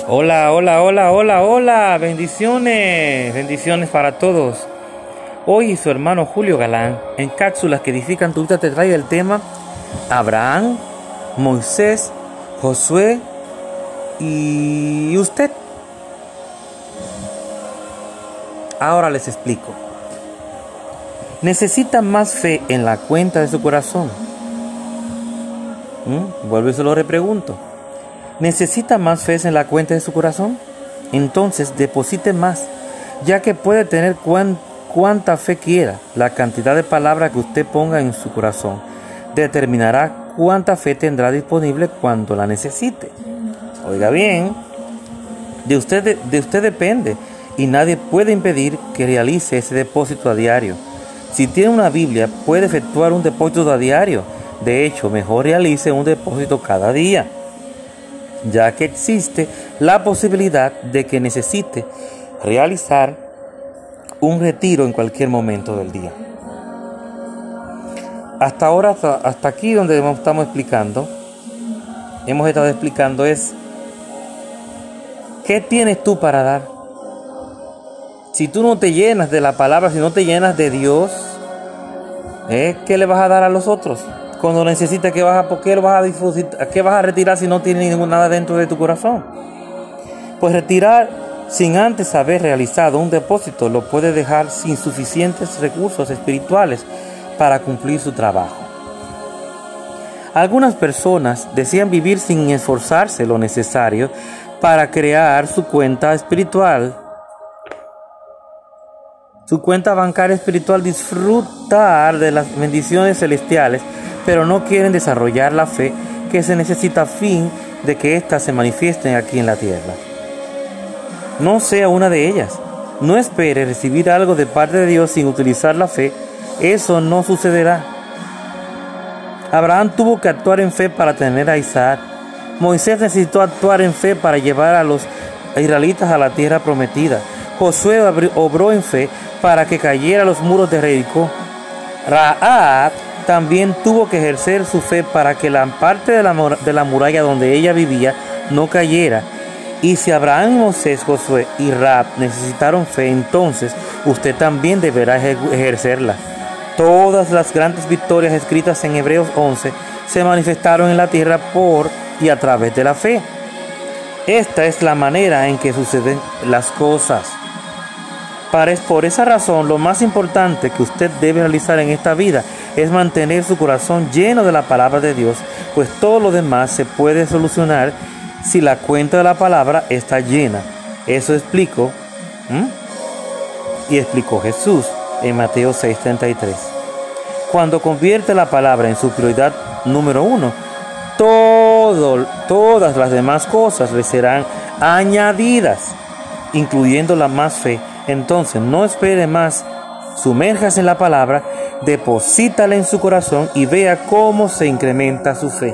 Hola, hola, hola, hola, hola, bendiciones, bendiciones para todos. Hoy su hermano Julio Galán, en cápsulas que edifican tu vida, te trae el tema Abraham, Moisés, Josué y usted. Ahora les explico. ¿Necesita más fe en la cuenta de su corazón? Vuelvo y se lo repregunto. ¿Necesita más fe en la cuenta de su corazón? Entonces deposite más, ya que puede tener cuanta fe quiera. La cantidad de palabras que usted ponga en su corazón determinará cuánta fe tendrá disponible cuando la necesite. Oiga bien, de usted depende, y nadie puede impedir que realice ese depósito a diario. Si tiene una Biblia, puede efectuar un depósito a diario. De hecho, mejor realice un depósito cada día, ya que existe la posibilidad de que necesite realizar un retiro en cualquier momento del día. Hasta ahora, hasta aquí donde hemos estado explicando es ¿qué tienes tú para dar? Si tú no te llenas de la palabra, si no te llenas de Dios, ¿qué le vas a dar a los otros? Cuando necesitas, ¿qué vas a retirar si no tienes nada dentro de tu corazón? Pues retirar sin antes haber realizado un depósito lo puede dejar sin suficientes recursos espirituales para cumplir su trabajo. Algunas personas desean vivir sin esforzarse lo necesario para crear su cuenta espiritual, su cuenta bancaria espiritual, disfrutar de las bendiciones celestiales, pero no quieren desarrollar la fe que se necesita a fin de que éstas se manifiesten aquí en la tierra. No sea una de ellas. No espere recibir algo de parte de Dios sin utilizar la fe. Eso no sucederá. Abraham tuvo que actuar en fe para tener a Isaac. Moisés necesitó actuar en fe para llevar a los israelitas a la tierra prometida. Josué obró en fe para que cayera los muros de Jericó. Rahab también tuvo que ejercer su fe para que la parte de la muralla donde ella vivía no cayera. Y si Abraham, Moisés, Josué y Rahab necesitaron fe, entonces usted también deberá ejercerla. Todas las grandes victorias escritas en Hebreos 11 se manifestaron en la tierra por y a través de la fe. Esta es la manera en que suceden las cosas. Por esa razón, lo más importante que usted debe realizar en esta vida es mantener su corazón lleno de la palabra de Dios, pues todo lo demás se puede solucionar si la cuenta de la palabra está llena. Eso explicó Jesús en Mateo 6:33. Cuando convierte la palabra en su prioridad número 1, todas las demás cosas le serán añadidas, incluyendo la más fe. Entonces no espere más, sumérjase en la palabra, deposítala en su corazón y vea cómo se incrementa su fe.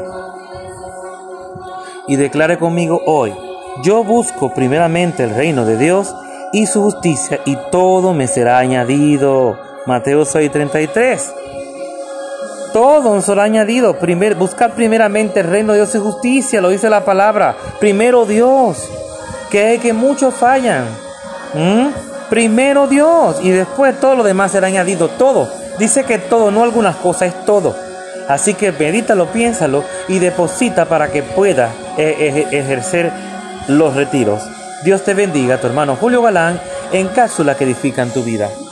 Y declare conmigo hoy: yo busco primeramente el reino de Dios y su justicia, y todo me será añadido. Mateo 6:33. Todo nos será añadido. Buscar primeramente el reino de Dios y justicia, lo dice la palabra. Primero Dios, que muchos fallan. Primero Dios, y después todo lo demás será añadido. Todo, dice que todo, no algunas cosas, es todo. Así que medítalo, piénsalo y deposita para que pueda ejercer los retiros. Dios te bendiga, tu hermano Julio Galán, en cápsulas que edifican tu vida.